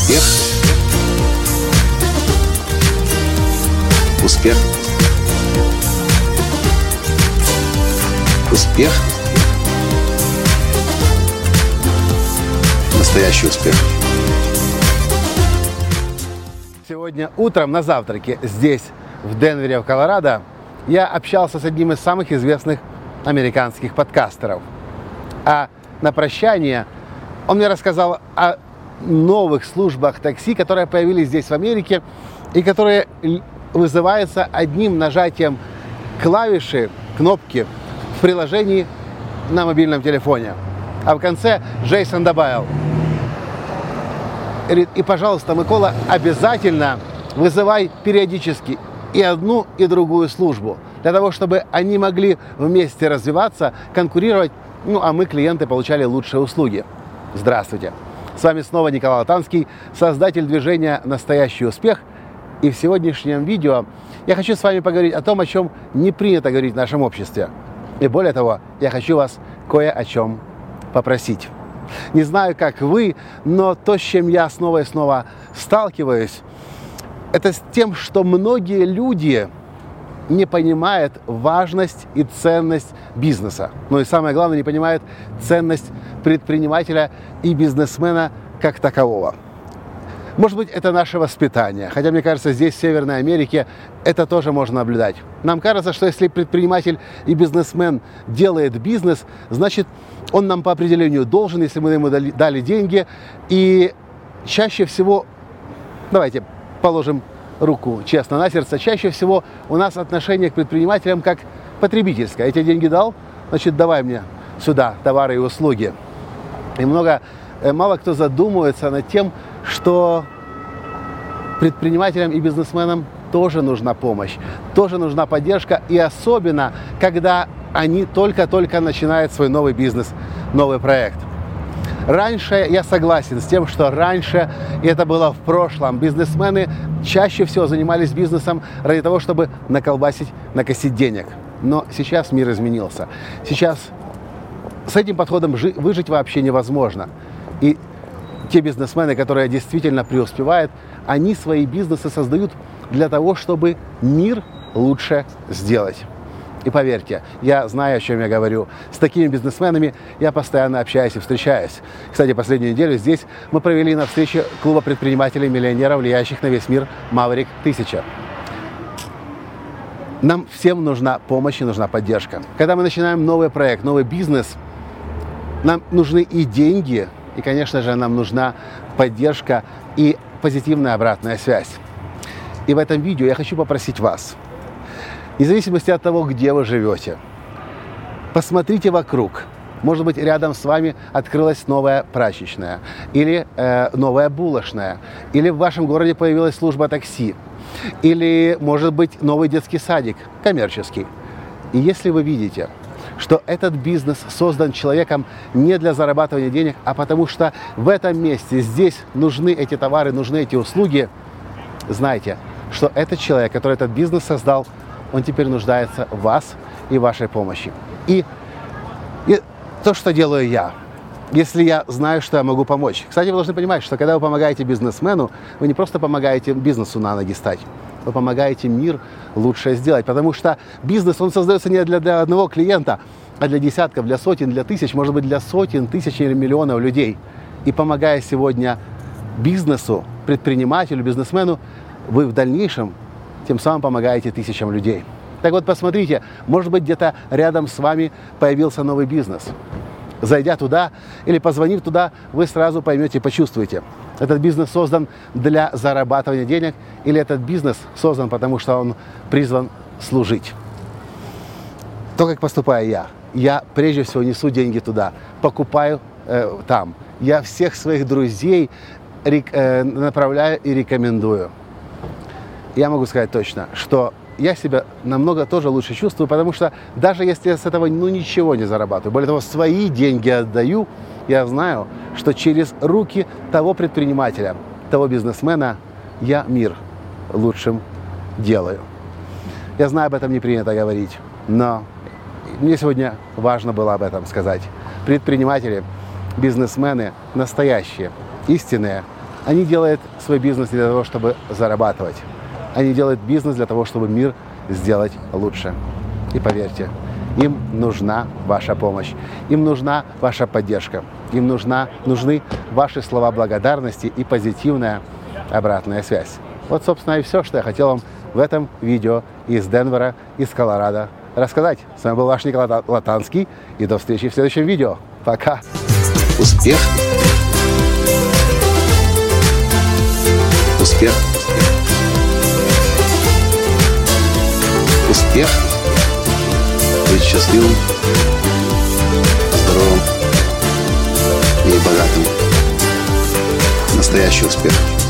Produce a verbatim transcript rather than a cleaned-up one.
Успех. Успех. Успех. Настоящий успех. Сегодня утром на завтраке здесь, в Денвере, в Колорадо, я общался с одним из самых известных американских подкастеров. А на прощание он мне рассказал о новых службах такси, которые появились здесь, в Америке, и которые вызываются одним нажатием клавиши, кнопки в приложении на мобильном телефоне. А в конце Джейсон добавил: и, пожалуйста, Микола, обязательно вызывай периодически и одну, и другую службу, для того, чтобы они могли вместе развиваться, конкурировать, ну, а мы, клиенты, получали лучшие услуги. Здравствуйте! С вами снова Николай Латанский, создатель движения «Настоящий успех». И в сегодняшнем видео я хочу с вами поговорить о том, о чем не принято говорить в нашем обществе. И более того, я хочу вас кое о чем попросить. Не знаю, как вы, но то, с чем я снова и снова сталкиваюсь, это с тем, что многие люди не понимают важность и ценность бизнеса. Ну и самое главное, не понимают ценность предпринимателя и бизнесмена как такового. Может быть, это наше воспитание. Хотя, мне кажется, здесь, в Северной Америке, это тоже можно наблюдать. Нам кажется, что если предприниматель и бизнесмен делает бизнес, значит, он нам по определению должен, если мы ему дали, дали деньги. И чаще всего, давайте положим руку честно на сердце, чаще всего у нас отношение к предпринимателям как потребительское. Я тебе деньги дал, значит, давай мне сюда товары и услуги. И много, мало кто задумывается над тем, что предпринимателям и бизнесменам тоже нужна помощь, тоже нужна поддержка, и особенно, когда они только-только начинают свой новый бизнес, новый проект. Раньше, я согласен с тем, что раньше, и это было в прошлом, бизнесмены чаще всего занимались бизнесом ради того, чтобы наколбасить, накосить денег. Но сейчас мир изменился. Сейчас с этим подходом жи- выжить вообще невозможно. И те бизнесмены, которые действительно преуспевают, они свои бизнесы создают для того, чтобы мир лучше сделать. И поверьте, я знаю, о чем я говорю. С такими бизнесменами я постоянно общаюсь и встречаюсь. Кстати, последнюю неделю здесь мы провели на встрече клуба предпринимателей-миллионеров, влияющих на весь мир, Maverick тысяча. Нам всем нужна помощь и нужна поддержка. Когда мы начинаем новый проект, новый бизнес, нам нужны и деньги, и, конечно же, нам нужна поддержка и позитивная обратная связь. И в этом видео я хочу попросить вас, вне зависимости от того, где вы живете, посмотрите вокруг. Может быть, рядом с вами открылась новая прачечная, или э, новая булочная, или в вашем городе появилась служба такси, или, может быть, новый детский садик, коммерческий. И если вы видите, что этот бизнес создан человеком не для зарабатывания денег, а потому что в этом месте, здесь нужны эти товары, нужны эти услуги, знайте, что этот человек, который этот бизнес создал, он теперь нуждается в вас и в вашей помощи. И, и то, что делаю я, если я знаю, что я могу помочь. Кстати, вы должны понимать, что когда вы помогаете бизнесмену, вы не просто помогаете бизнесу на ноги стать, вы помогаете мир лучше сделать. Потому что бизнес, он создается не для, для одного клиента, а для десятков, для сотен, для тысяч, может быть, для сотен, тысяч или миллионов людей. И помогая сегодня бизнесу, предпринимателю, бизнесмену, вы в дальнейшем тем самым помогаете тысячам людей. Так вот, посмотрите, может быть, где-то рядом с вами появился новый бизнес. Зайдя туда или позвонив туда, вы сразу поймете, почувствуете, этот бизнес создан для зарабатывания денег или этот бизнес создан, потому что он призван служить. То, как поступаю я. Я прежде всего несу деньги туда, покупаю э, там. Я всех своих друзей рек, э, направляю и рекомендую. Я могу сказать точно, что я себя намного тоже лучше чувствую, потому что даже если я с этого ну, ничего не зарабатываю, более того, свои деньги отдаю, я знаю, что через руки того предпринимателя, того бизнесмена я мир лучшим делаю. Я знаю, об этом не принято говорить, но мне сегодня важно было об этом сказать. Предприниматели, бизнесмены настоящие, истинные, Они делают свой бизнес не для того, чтобы зарабатывать. Они делают бизнес для того, чтобы мир сделать лучше. И поверьте, им нужна ваша помощь, им нужна ваша поддержка, им нужна, нужны ваши слова благодарности и позитивная обратная связь. Вот, собственно, и все, что я хотел вам в этом видео из Денвера, из Колорадо рассказать. С вами был ваш Николай Латанский, и до встречи в следующем видео. Пока! Успех! Успех! Успех! Быть счастливым, здоровым и богатым. Настоящий успех!